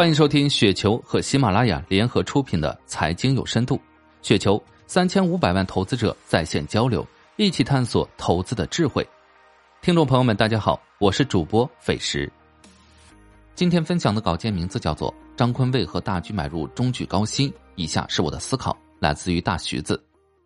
欢迎收听雪球和喜马拉雅联合出品的财经有深度。雪球3500万投资者在线交流，一起探索投资的智慧。听众朋友们大家好，我是主播斐石。今天分享的稿件名字叫做张坤为何大举买入中举高新，以下是我的思考，来自于大徐子。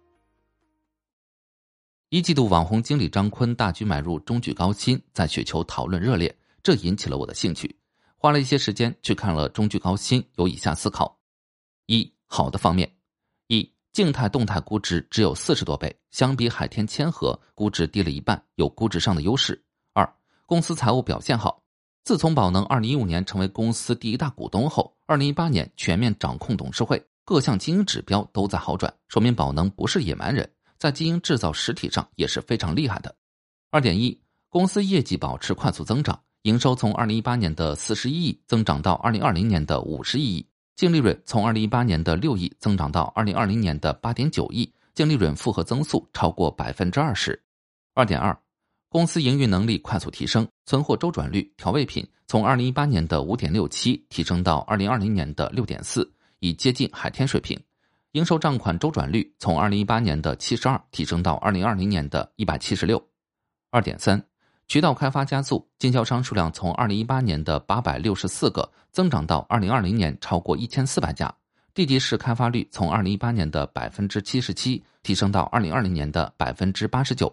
一季度网红经理张坤大举买入中举高新，在雪球讨论热烈，这引起了我的兴趣，花了一些时间去看了中举高新，有以下思考：一、好的方面。一、静态动态估值只有40多倍，相比海天千和估值低了一半，有估值上的优势。二、公司财务表现好。自从宝能2015年成为公司第一大股东后，2018年全面掌控董事会，各项经营指标都在好转，说明宝能不是野蛮人，在基因制造实体上也是非常厉害的。2.1 公司业绩保持快速增长，营收从2018年的41亿增长到2020年的50亿，净利润从2018年的6亿增长到2020年的8.9亿，净利润复合增速超过 20%。 2.2 公司营运能力快速提升，存货周转率调味品从2018年的 5.67 提升到2020年的 6.4， 已接近海天水平。应收账款周转率从2018年的72提升到2020年的176。 2.3 渠道开发加速，经销商数量从2018年的864个增长到2020年超过1400家，地级市开发率从2018年的 77% 提升到2020年的 89%。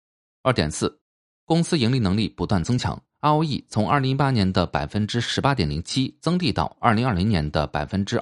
2.4 公司盈利能力不断增强， ROE 从2018年的 18.07% 增递到2020年的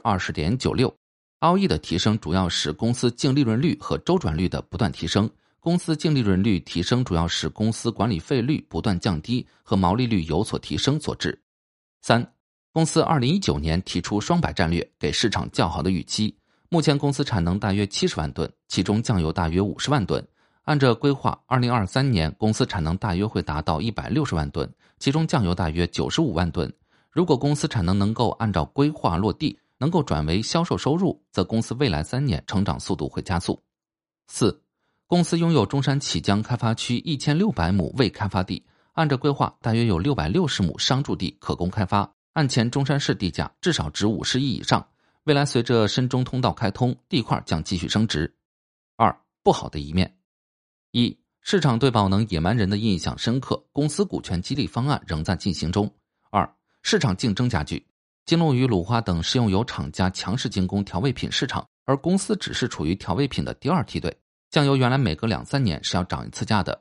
20.96%。 ROE 的提升主要是公司净利润率和周转率的不断提升，公司净利润率提升主要是公司管理费率不断降低和毛利率有所提升所致。3. 公司2019年提出双百战略，给市场较好的预期。目前公司产能大约70万吨，其中酱油大约50万吨。按照规划，2023年公司产能大约会达到160万吨，其中酱油大约95万吨。如果公司产能能够按照规划落地，能够转为销售收入，则公司未来3年成长速度会加速。4. 公司拥有中山启江开发区1600亩未开发地，按照规划大约有660亩商住地可供开发，按前中山市地价至少值50亿以上，未来随着深中通道开通，地块将继续升值。2. 不好的一面。1. 市场对宝能野蛮人的印象深刻，公司股权激励方案仍在进行中。2. 市场竞争加剧，金龙鱼、鲁花等食用油厂家强势进攻调味品市场，而公司只是处于调味品的第二梯队。酱油原来每隔2-3年是要涨一次价的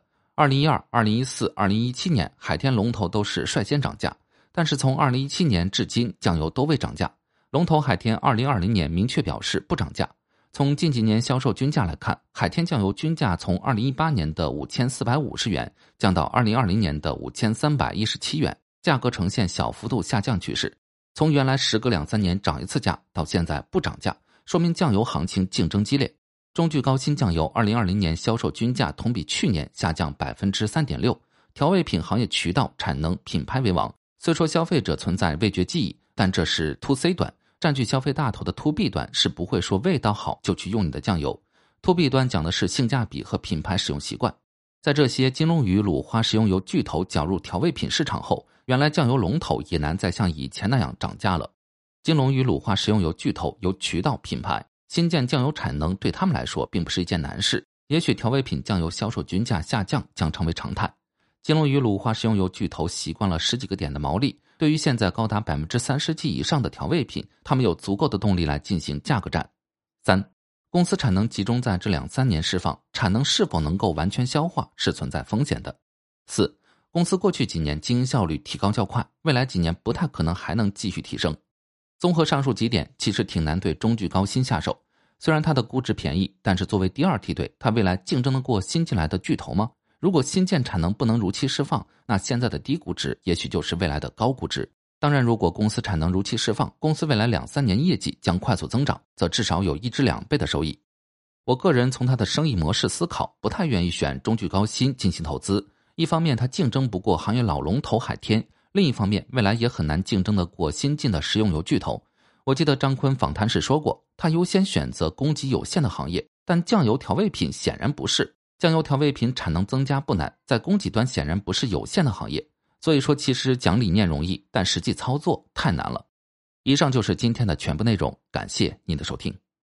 ，2012、2014、2017年海天龙头都是率先涨价，但是从2017年至今酱油都未涨价。龙头海天2020年明确表示不涨价。从近几年销售均价来看，海天酱油均价从2018年的5450元降到2020年的5317元，价格呈现小幅度下降趋势。从原来时隔2-3年涨一次价到现在不涨价，说明酱油行情竞争激烈。中举高新酱油2020年销售均价同比去年下降 3.6%， 调味品行业渠道、产能、品牌为王。虽说消费者存在味觉记忆，但这是 2C 端，占据消费大头的 2B 端是不会说味道好就去用你的酱油。 2B 端讲的是性价比和品牌使用习惯。在这些金龙鱼、鲁花食用油巨头搅入调味品市场后，原来酱油龙头也难再像以前那样涨价了。金龙鱼、鲁花食用油巨头有渠道、品牌，新建酱油产能对他们来说并不是一件难事，也许调味品酱油销售均价下降将成为常态。金龙鱼、鲁花食用油巨头习惯了10几个点的毛利，对于现在高达 30% 及以上的调味品，他们有足够的动力来进行价格战。3. 公司产能集中在这2-3年释放，产能是否能够完全消化是存在风险的。4. 公司过去几年经营效率提高较快，未来几年不太可能还能继续提升。综合上述几点，其实挺难对中举高新下手。虽然它的估值便宜，但是作为第二梯队，它未来竞争得过新进来的巨头吗？如果新建产能不能如期释放，那现在的低估值也许就是未来的高估值。当然，如果公司产能如期释放，公司未来2-3年业绩将快速增长，则至少有1至2倍的收益。我个人从它的生意模式思考，不太愿意选中举高新进行投资。一方面它竞争不过行业老龙头海天，另一方面未来也很难竞争得过新进的食用油巨头。我记得张坤访谈时说过，他优先选择供给有限的行业，但酱油调味品显然不是。酱油调味品产能增加不难，在供给端显然不是有限的行业。所以说其实讲理念容易，但实际操作太难了。 以上就是今天的全部内容，感谢您的收听。